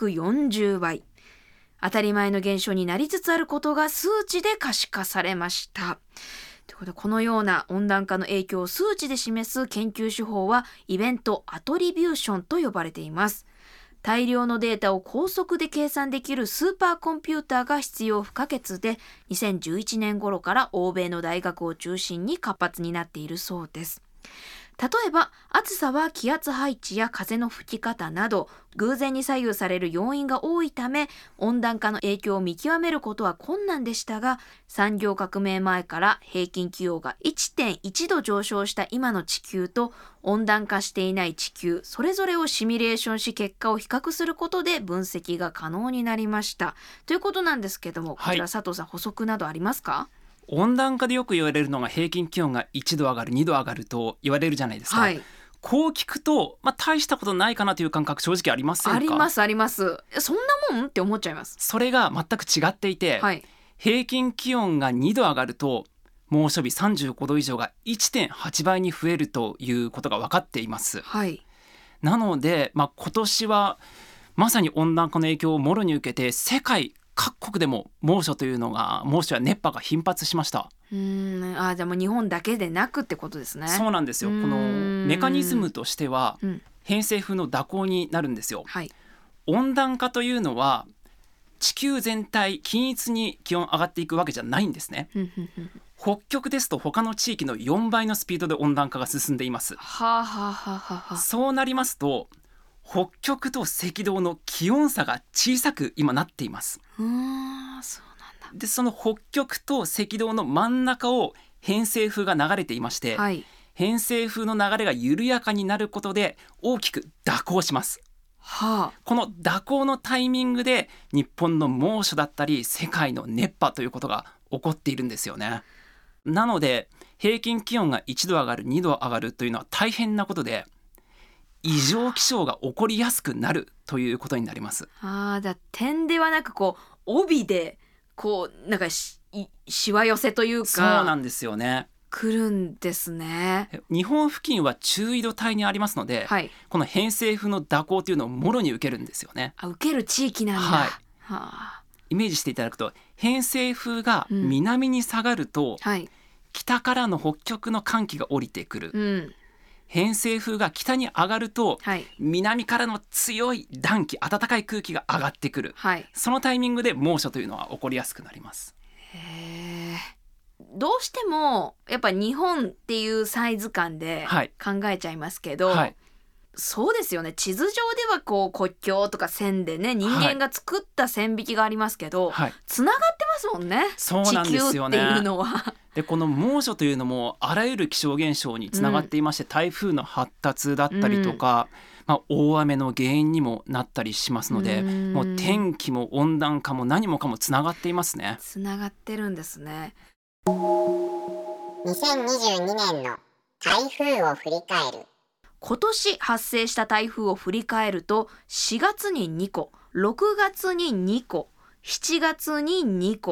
240倍。当たり前の現象になりつつあることが数値で可視化されました。ということで、このような温暖化の影響を数値で示す研究手法はイベントアトリビューションと呼ばれています。大量のデータを高速で計算できるスーパーコンピューターが必要不可欠で、2011年頃から欧米の大学を中心に活発になっているそうです。例えば暑さは気圧配置や風の吹き方など偶然に左右される要因が多いため、温暖化の影響を見極めることは困難でしたが、産業革命前から平均気温が 1.1 度上昇した今の地球と温暖化していない地球、それぞれをシミュレーションし結果を比較することで分析が可能になりましたということなんですけども、こちら佐藤さん、補足などありますか？ 温暖化でよく言われるのが平均気温が1度上がる2度上がると言われるじゃないですか。 はい。 こう聞くと、大したことないかなという感覚正直ありませんか？ ありますあります。そんなもんって思っちゃいます。 それが全く違っていて、 はい。 平均気温が2度上がると猛暑日35度以上が 1.8 倍に増えるということが分かっています。 はい。 なので、今年はまさに温暖化の影響をもろに受けて世界各国でも猛暑や熱波が頻発しました。 じゃあもう日本だけでなくってことですね。 そうなんですよ。このメカニズムとしては偏西風の蛇行になるんですよ。 はい。 温暖化というのは地球全体均一に気温上がっていくわけじゃないんですね。北極ですと他の地域の4倍のスピードで温暖化が進んでいます。そうなりますと北極と赤道の気温差が小さく今なっています。 そうなんだ。 でその北極と赤道の真ん中を偏西風が流れていまして、 はい。 偏西風の流れが緩やかになることで大きく蛇行します。この蛇行のタイミングで日本の猛暑だったり世界の熱波ということが起こっているんですよね。なので平均気温が1度上がる2度上がるというのは大変なことで、異常気象が起こりやすくなるということになります。 点ではなく帯でなんかしわ寄せというか、 そうなんですよね。 来るんですね。 日本付近は中緯度帯にありますので、 はい。 この偏西風の蛇行というのをもろに受けるんですよね。 受ける地域なんだ。 はい。イメージしていただくと偏西風が南に下がると、 はい。 北からの北極の寒気が降りてくる。偏西風が北に上がると、 はい。 南からの強い暖気暖かい空気が上がってくる。 はい。 そのタイミングで猛暑というのは起こりやすくなります。 どうしてもやっぱ日本っていうサイズ感で考えちゃいますけど、 はい、 そうですよね。地図上では国境とか線でね、人間が作った線引きがありますけど、 はい、 つながってますもんね。 そうなんですよね。 地球っていうのは。 でこの猛暑というのもあらゆる気象現象につながっていまして、台風の発達だったりとか、大雨の原因にもなったりしますので、もう天気も温暖化も何もかもつながっていますね。 つながってるんですね。 2022年の台風を振り返る。 今年発生した台風を振り返ると、4月に2個、6月に2個、7月に2個、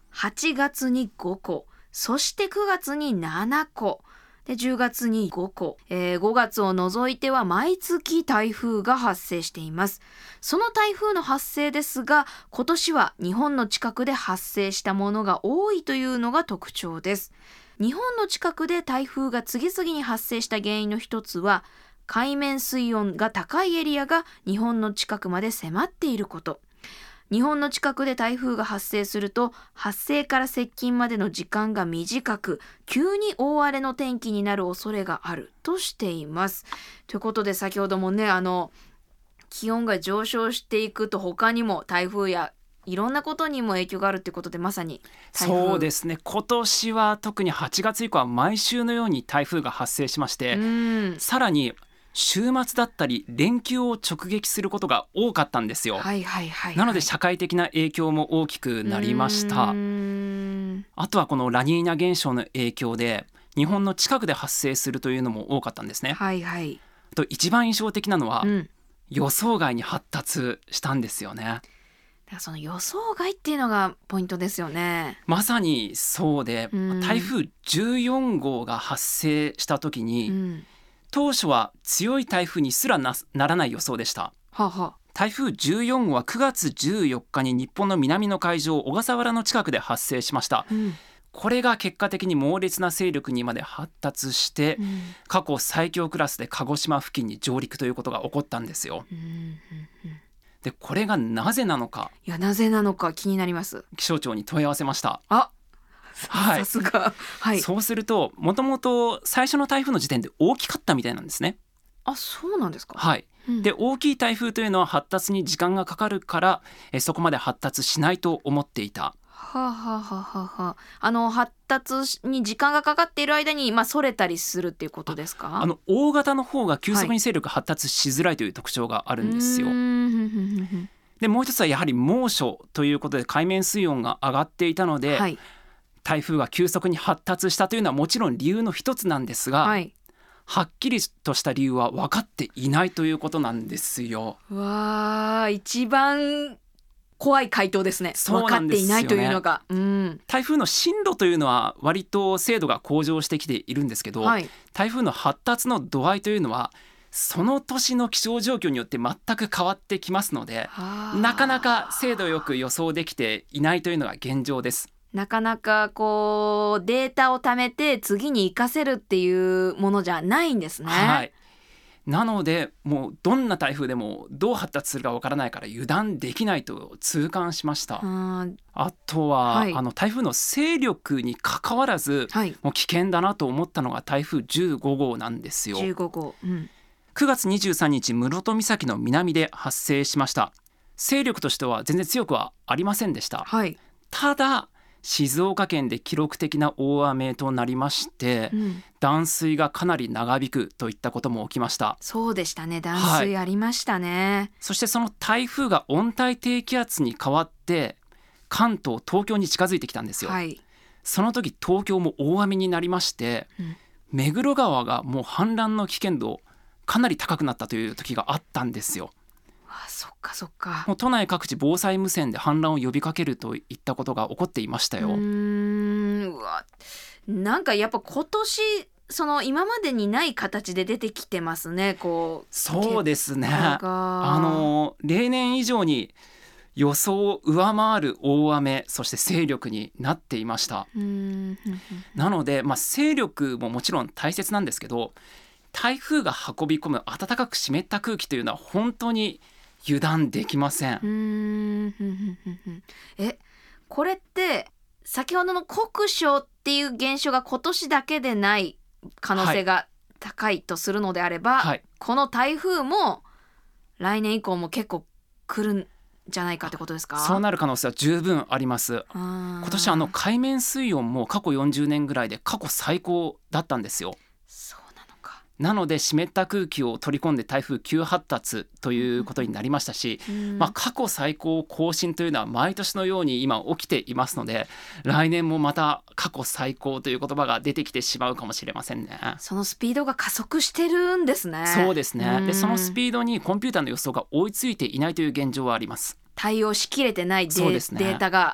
8月に5個、そして9月に7個で10月に5個、5月を除いては毎月台風が発生しています。その台風の発生ですが、今年は日本の近くで発生したものが多いというのが特徴です。日本の近くで台風が次々に発生した原因の一つは、海面水温が高いエリアが日本の近くまで迫っていること。日本の近くで台風が発生すると、発生から接近までの時間が短く、急に大荒れの天気になる恐れがあるとしています。ということで、先ほどもね、気温が上昇していくと他にも台風やいろんなことにも影響があるってことで、まさに台風。 そうですね、今年は特に8月以降は毎週のように台風が発生しまして、さらに週末だったり連休を直撃することが多かったんですよ。なので社会的な影響も大きくなりました。あとはこのラニーニャ現象の影響で日本の近くで発生するというのも多かったんですね。と一番印象的なのは、予想外に発達したんですよね。 だからその予想外っていうのがポイントですよね。 まさにそうで、台風14号が発生した時に、当初は強い台風にすら ならない予想でした。台風14号は9月14日に日本の南の海上小笠原の近くで発生しました。これが結果的に猛烈な勢力にまで発達して、過去最強クラスで鹿児島付近に上陸ということが起こったんですよ。でこれがなぜなのか、 なぜなのか気になります。 気象庁に問い合わせました。 さすが。 そうすると、もともと最初の台風の時点で大きかったみたいなんですね。 そうなんですか。 で大きい台風というのは発達に時間がかかるから、そこまで発達しないと思っていた。 発達に時間がかかっている間に、それたりするっていうことですか。 大型の方が急速に勢力発達しづらいという特徴があるんですよ。でもう一つはやはり猛暑ということで海面水温が上がっていたので、台風が急速に発達したというのはもちろん理由の一つなんですが、はっきりとした理由は分かっていないということなんですよ。 一番怖い回答ですね。分かっていないというのが、 台風の進路というのは割と精度が向上してきているんですけど、台風の発達の度合いというのはその年の気象状況によって全く変わってきますので、なかなか精度よく予想できていないというのが現状です。 なかなかデータを貯めて次に活かせるっていうものじゃないんですね。 なのでもうどんな台風でもどう発達するかわからないから油断できないと痛感しました。あとは、台風の勢力に関わらず、もう危険だなと思ったのが台風15号なんですよ。 15号、 9月23日室戸岬の南で発生しました。勢力としては全然強くはありませんでした。ただ静岡県で記録的な大雨となりまして、断水がかなり長引くといったことも起きました。 そうでしたね、断水ありましたね。 そしてその台風が温帯低気圧に変わって関東、東京に近づいてきたんですよ。その時東京も大雨になりまして、目黒川がもう氾濫の危険度かなり高くなったという時があったんですよ。 そっか。 もう都内各地防災無線で氾濫を呼びかけるといったことが起こっていましたよ。 なんかやっぱ今年今までにない形で出てきてますね。 そうですね。例年以上に予想を上回る大雨、そして勢力になっていました。なので、勢力ももちろん大切なんですけど、台風が運び込む暖かく湿った空気というのは本当に油断できません。 これって先ほどの酷暑っていう現象が今年だけでない可能性が高いとするのであれば、この台風も来年以降も結構来るんじゃないかってことですか。 そうなる可能性は十分あります。今年海面水温も過去40年ぐらいで過去最高だったんですよ。なので湿った空気を取り込んで台風急発達ということになりましたし、過去最高更新というのは毎年のように今起きていますので、来年もまた過去最高という言葉が出てきてしまうかもしれませんね。 そのスピードが加速してるんですね。 そうですね。でそのスピードにコンピューターの予想が追いついていないという現状はあります。 対応しきれてないデータが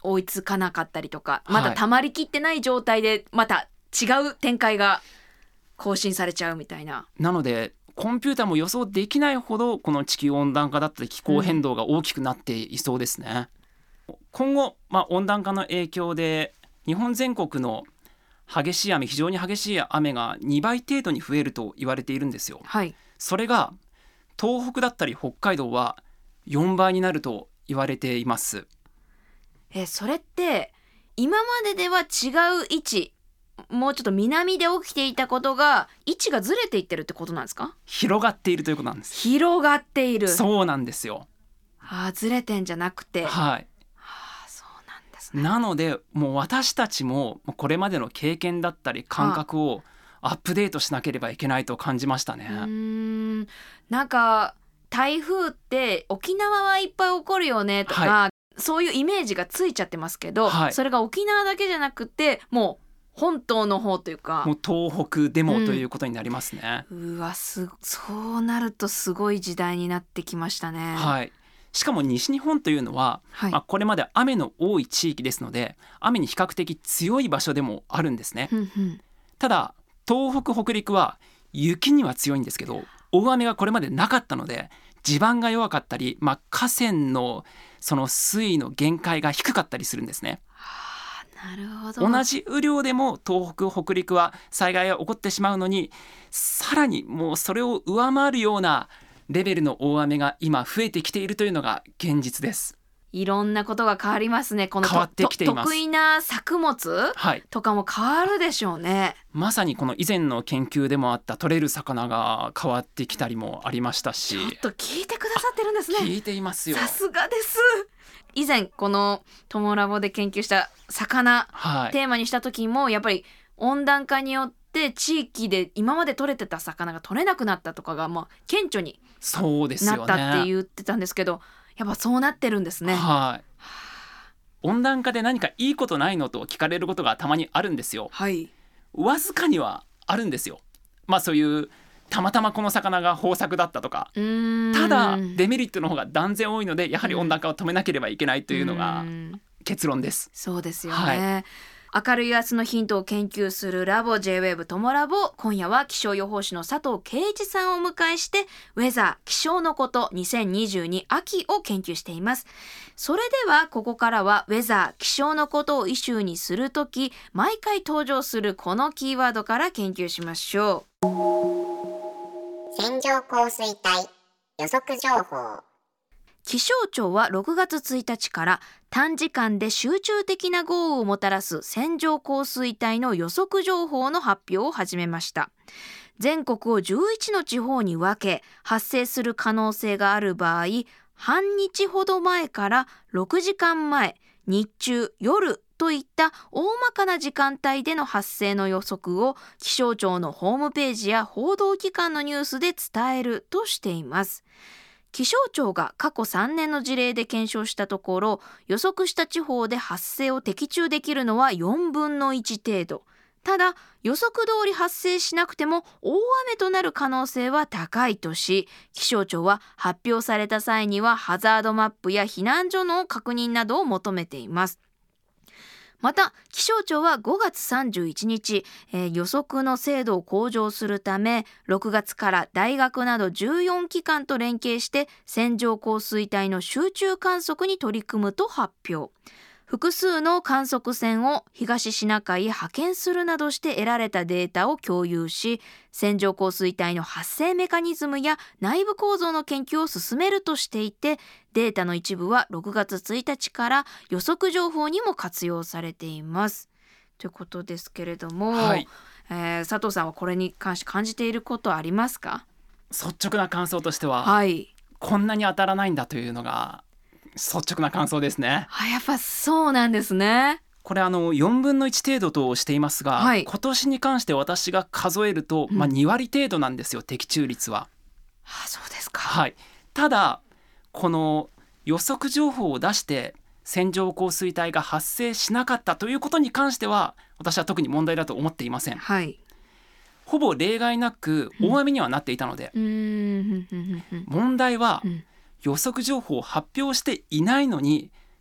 追いつかなかったりとか、まだ溜まりきってない状態でまた違う展開が更新されちゃうみたいな。 なのでコンピューターも予想できないほどこの地球温暖化だったり気候変動が大きくなっていそうですね。今後、温暖化の影響で日本全国の激しい雨、非常に激しい雨が2倍程度に増えると言われているんですよ。 はい、 それが東北だったり北海道は4倍になると言われています。 それって今まででは違う位置、もうちょっと南で起きていたことが位置がずれていってるってことなんですか？ 広がっているということなんです。 広がっている。 そうなんですよ。 ずれてんじゃなくて、 はい、 そうなんですね。 なのでもう私たちもこれまでの経験だったり感覚をアップデートしなければいけないと感じましたね。 なんか台風って沖縄はいっぱい起こるよねとか、そういうイメージがついちゃってますけど、それが沖縄だけじゃなくてもう本島の方というか、 もう東北でもということになりますね。 そうなるとすごい時代になってきましたね。 はい、しかも西日本というのは、これまで雨の多い地域ですので雨に比較的強い場所でもあるんですね。ただ東北北陸は雪には強いんですけど大雨がこれまでなかったので地盤が弱かったり、河川のその水位の限界が低かったりするんですね。 なるほど。 同じ雨量でも東北北陸は災害が起こってしまうのに、さらにもうそれを上回るようなレベルの大雨が今増えてきているというのが現実です。 いろんなことが変わりますね。この変わってきています。 得意な作物とかも変わるでしょうね。 まさにこの以前の研究でもあった取れる魚が変わってきたりもありましたし。 ちょっと聞いてくださってるんですね。 聞いていますよ。 さすがです。以前このトモラボで研究した魚、テーマにした時もやっぱり温暖化によって地域で今まで取れてた魚が取れなくなったとかが顕著になったって言ってたんですけど、やっぱそうなってるんですね。 温暖化で何かいいことないのと聞かれることがたまにあるんですよ。わずかにはあるんですよ。そういうたまたまこの魚が豊作だったとか、ただデメリットの方が断然多いのでやはり温暖化を止めなければいけないというのが結論です。 そうですよね。明るい明日のヒントを研究するラボ J-WAVE トモラボ、今夜は気象予報士の佐藤圭一さんをお迎えしてウェザー気象のこと2022秋を研究しています。それではここからはウェザー気象のことをイシューにするとき毎回登場するこのキーワードから研究しましょう。 線状降水帯予測情報。 気象庁は6月1日から短時間で集中的な豪雨をもたらす線状降水帯の予測情報の発表を始めました。全国を11の地方に分け発生する可能性がある場合、半日ほど前から6時間前、日中、夜といった大まかな時間帯での発生の予測を気象庁のホームページや報道機関のニュースで伝えるとしています。気象庁が過去3年の事例で検証したところ、予測した地方で発生を的中できるのは4分の1程度。ただ予測通り発生しなくても大雨となる可能性は高いとし、気象庁は発表された際にはハザードマップや避難所の確認などを求めています。また気象庁は5月31日、予測の精度を向上するため6月から大学など14機関と連携して線状降水帯の集中観測に取り組むと発表。複数の観測船を東シナ海へ派遣するなどして得られたデータを共有し、線状降水帯の発生メカニズムや内部構造の研究を進めるとしていて、データの一部は6月1日から予測情報にも活用されていますということですけれども、佐藤さんはこれに関して感じていることはありますか？ 率直な感想としては、こんなに当たらないんだというのが率直な感想ですね。 やっぱそうなんですね。 これ4分の1程度としていますが、今年に関して私が数えると、2割程度なんですよ、的中率は。 そうですか。 ただこの予測情報を出して線状降水帯が発生しなかったということに関しては私は特に問題だと思っていません。ほぼ例外なく大雨にはなっていたので、問題は予測情報を発表していないのに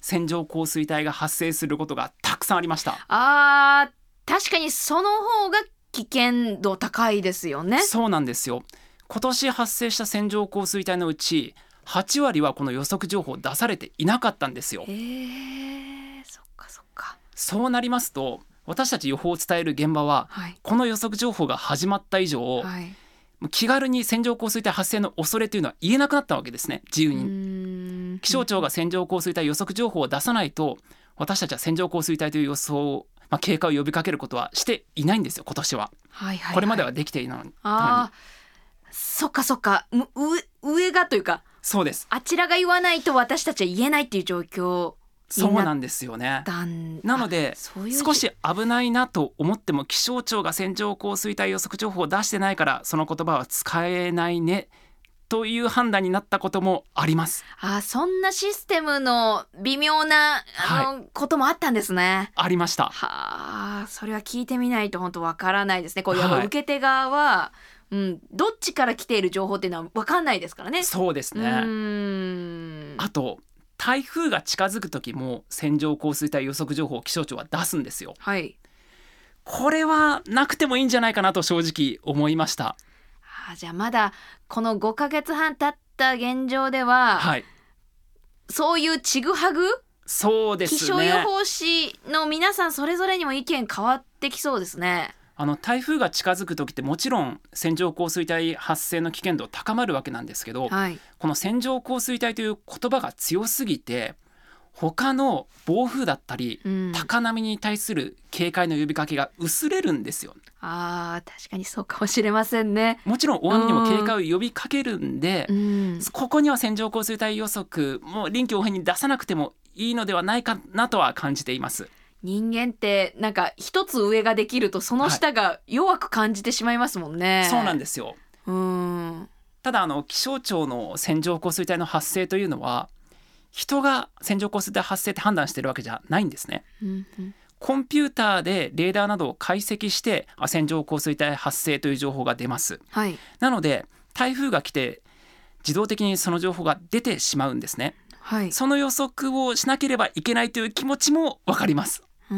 線状降水帯が発生することがたくさんありました。 確かにその方が危険度高いですよね。 そうなんですよ。今年発生した線状降水帯のうち8割はこの予測情報を出されていなかったんですよ。 そっかそっか。 そうなりますと私たち予報を伝える現場は、この予測情報が始まった以上、気軽に線状降水帯発生の恐れというのは言えなくなったわけですね。自由に気象庁が線状降水帯予測情報を出さないと私たちは線状降水帯という予想、警戒を呼びかけることはしていないんですよ今年は。これまではできていないのに。 そっかそっか。上がというか、 そうです。 あちらが言わないと私たちは言えないっていう状況。 そうなんですよね。なので少し危ないなと思っても気象庁が線状降水帯予測情報を出してないからその言葉は使えないねという判断になったこともあります。 そんなシステムの微妙なこともあったんですね。 ありました。 それは聞いてみないと本当わからないですね。こう受け手側は、どっちから来ている情報っていうのは分かんないですからね。 そうですね。あと台風が近づく時も線状降水帯予測情報を気象庁は出すんですよ。これはなくてもいいんじゃないかなと正直思いました。 じゃあまだこの5ヶ月半経った現状では、そういうちぐはぐ、 そうですね、 気象予報士の皆さんそれぞれにも意見変わってきそうですね。 台風が近づく時ってもちろん線状降水帯発生の危険度高まるわけなんですけど、この線状降水帯という言葉が強すぎて他の暴風だったり、高波に対する警戒の呼びかけが薄れるんですよ。 確かにそうかもしれませんね。 もちろん大雨にも警戒を呼びかけるんで、ここには線状降水帯予測も臨機応変に出さなくてもいいのではないかなとは感じています。 人間ってなんか一つ上ができるとその下が弱く感じてしまいますもんね。 そうなんですよ。ただ気象庁の線状降水帯の発生というのは人が線状降水帯発生って判断してるわけじゃないんですね。コンピューターでレーダーなどを解析して線状降水帯発生という情報が出ます。なので台風が来て自動的にその情報が出てしまうんですね。その予測をしなければいけないという気持ちも分かります。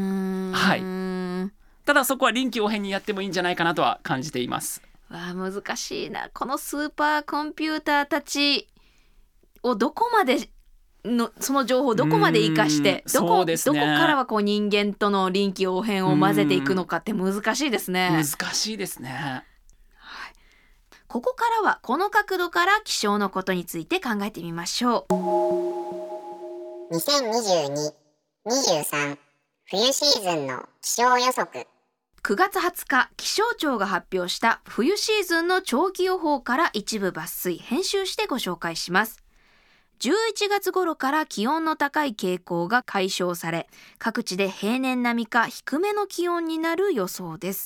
ただそこは臨機応変にやってもいいんじゃないかなとは感じています。 難しいな。このスーパーコンピューターたちをどこまでのその情報をどこまで生かしてどこからはこう人間との臨機応変を混ぜていくのかって難しいですね。 難しいですね。 ここからはこの角度から気象のことについて考えてみましょう。 2022-23冬シーズンの気象予測。 9月20日、気象庁が発表した冬シーズンの長期予報から一部抜粋編集してご紹介します。11月頃から気温の高い傾向が解消され、各地で平年並みか低めの気温になる予想です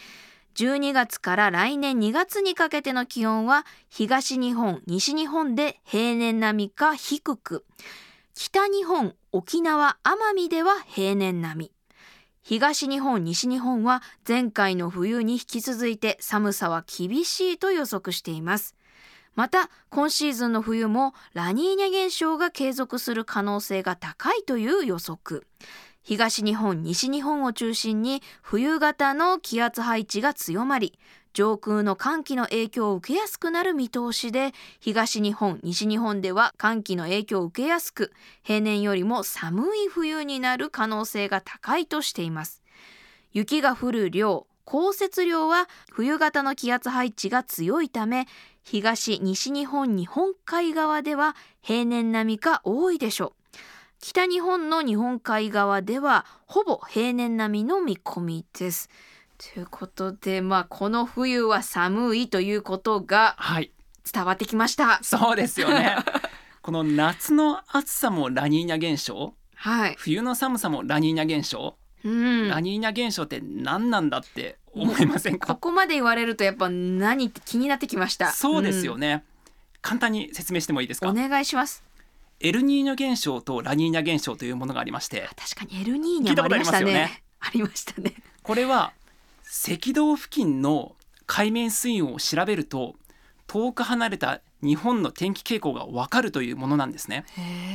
。12月から来年2月にかけての気温は東日本、西日本で平年並みか低く、北日本、沖縄、奄美では平年並み。東日本、西日本は前回の冬に引き続いて寒さは厳しいと予測しています。また、今シーズンの冬もラニーニャ現象が継続する可能性が高いという予測。東日本、西日本を中心に冬型の気圧配置が強まり、上空の寒気の影響を受けやすくなる見通しで、東日本、西日本では寒気の影響を受けやすく、平年よりも寒い冬になる可能性が高いとしています。雪が降る量、降雪量は冬型の気圧配置が強いため、東、西日本日本海側では平年並みか多いでしょう。北日本の日本海側ではほぼ平年並みの見込みです。ということで、この冬は寒いということが伝わってきました。 そうですよね。この夏の暑さもラニーニャ現象、冬の寒さもラニーニャ現象、ラニーニャ現象って何なんだって思いませんか？ ここまで言われるとやっぱ何って気になってきました。 そうですよね。簡単に説明してもいいですか？ お願いします。 エルニーニョ現象とラニーニャ現象というものがありまして、 確かにエルニーニャもありましたね。ありましたね。 これは赤道付近の海面水温を調べると遠く離れた日本の天気傾向が分かるというものなんですね。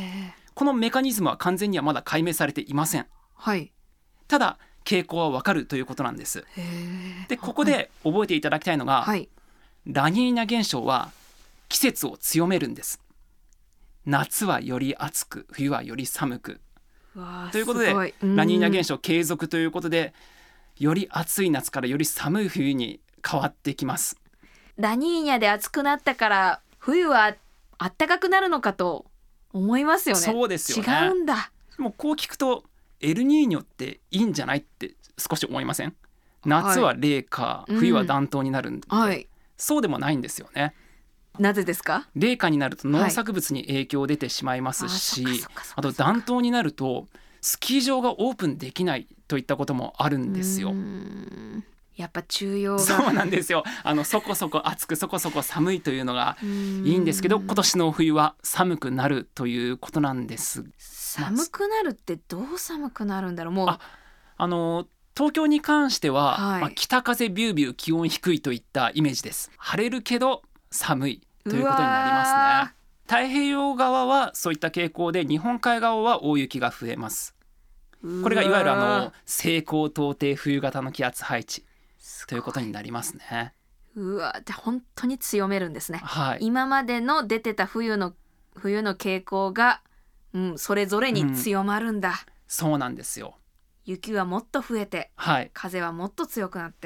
このメカニズムは完全にはまだ解明されていません。 はい。 ただ傾向はわかるということなんです。でここで覚えていただきたいのが、 はい、 ラニーニャ現象は季節を強めるんです。夏はより暑く冬はより寒くということで、ラニーニャ現象継続ということで、より暑い夏からより寒い冬に変わってきます。 ラニーニャで暑くなったから冬は暖かくなるのかと思いますよね。 そうですよね。 違うんだ。 もうこう聞くとエルニーニョっていいんじゃないって少し思いません？夏は冷夏、冬は暖冬になるんで、そうでもないんですよね。 なぜですか？ 冷夏になると農作物に影響出てしまいますし、あと暖冬になるとスキー場がオープンできないといったこともあるんですよ。 やっぱ中庸が。 そうなんですよ。そこそこ暑くそこそこ寒いというのがいいんですけど、今年の冬は寒くなるということなんです。 寒くなるってどう寒くなるんだろう。もう東京に関しては、北風ビュービュー気温低いといったイメージです。晴れるけど寒いということになりますね。太平洋側はそういった傾向で、日本海側は大雪が増えます。これがいわゆる西高東低冬型の気圧配置ということになりますね。 うわ、で本当に強めるんですね。 はい、 今までの出てた冬の傾向が、それぞれに強まるんだ。 そうなんですよ。 雪はもっと増えて、風はもっと強くなって、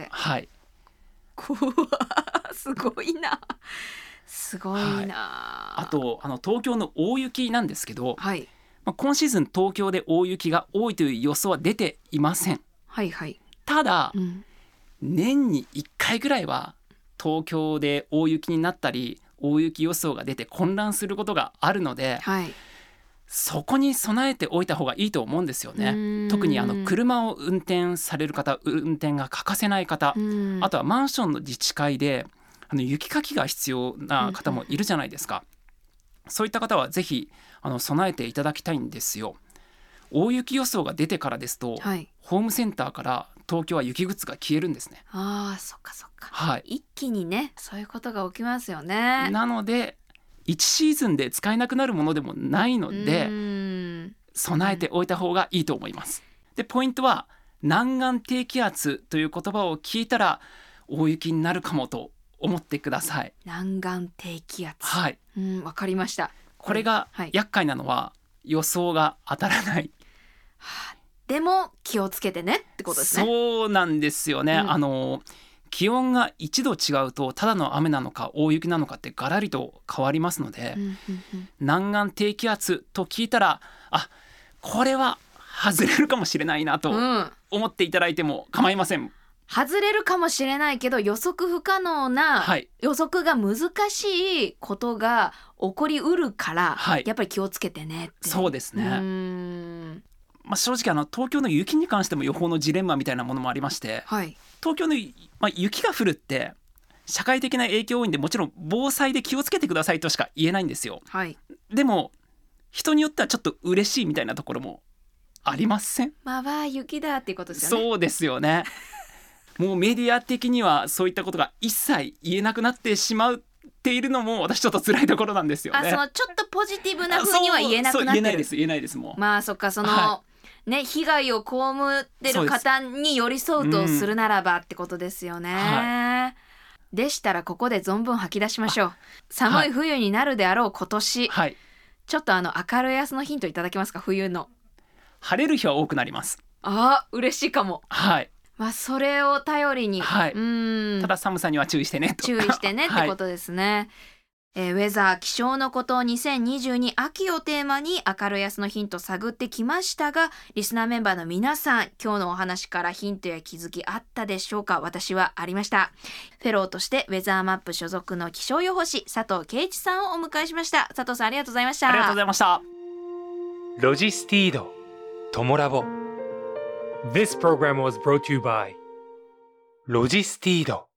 すごいな。すごいな。 あと東京の大雪なんですけど、今シーズン東京で大雪が多いという予想は出ていません。ただ、年に1回ぐらいは東京で大雪になったり大雪予想が出て混乱することがあるので、そこに備えておいた方がいいと思うんですよね。特に車を運転される方、運転が欠かせない方、あとはマンションの自治会で雪かきが必要な方もいるじゃないですか。そういった方はぜひ備えていただきたいんですよ。大雪予想が出てからですと、ホームセンターから東京は雪靴が消えるんですね。 そっかそっか、一気にね、そういうことが起きますよね。 なので1シーズンで使えなくなるものでもないので、備えておいた方がいいと思います。でポイントは、南岸低気圧という言葉を聞いたら大雪になるかもと思ってください。 南岸低気圧、わかりました。 これが厄介なのは、予想が当たらない、 でも気をつけてねってことですね。 そうなんですよね。気温が1度違うと、ただの雨なのか大雪なのかってガラリと変わりますので、南岸低気圧と聞いたら、これは外れるかもしれないなと思っていただいても構いません。 外れるかもしれないけど、予測不可能な、予測が難しいことが起こりうるから、やっぱり気をつけてねって。 そうですね。正直東京の雪に関しても予報のジレンマみたいなものもありまして、東京の、雪が降るって社会的な影響多いんで、もちろん防災で気をつけてくださいとしか言えないんですよ。でも人によってはちょっと嬉しいみたいなところもありません？ 雪だっていうことですよね。 そうですよね。もうメディア的にはそういったことが一切言えなくなってしまっているのも、私ちょっと辛いところなんですよね。 ちょっとポジティブな風には言えなくなってる。 言えないですもう。 そっか、被害を被ってる方に寄り添うとするならばってことですよね。でしたらここで存分吐き出しましょう。寒い冬になるであろう今年、ちょっと明るい明日のヒントいただけますか？冬の晴れる日は多くなります。 嬉しいかも。それを頼りに、 ただ寒さには注意してねと。 注意してねってことですね。ウェザー気象のこと2022秋をテーマに明るい明日のヒント探ってきましたが、リスナーメンバーの皆さん、今日のお話からヒントや気づきあったでしょうか？私はありました。フェローとしてウェザーマップ所属の気象予報士佐藤圭一さんをお迎えしました。佐藤さん、ありがとうございました。 ありがとうございました。 ロジスティードトモラボ This program was brought to you by ロジスティード。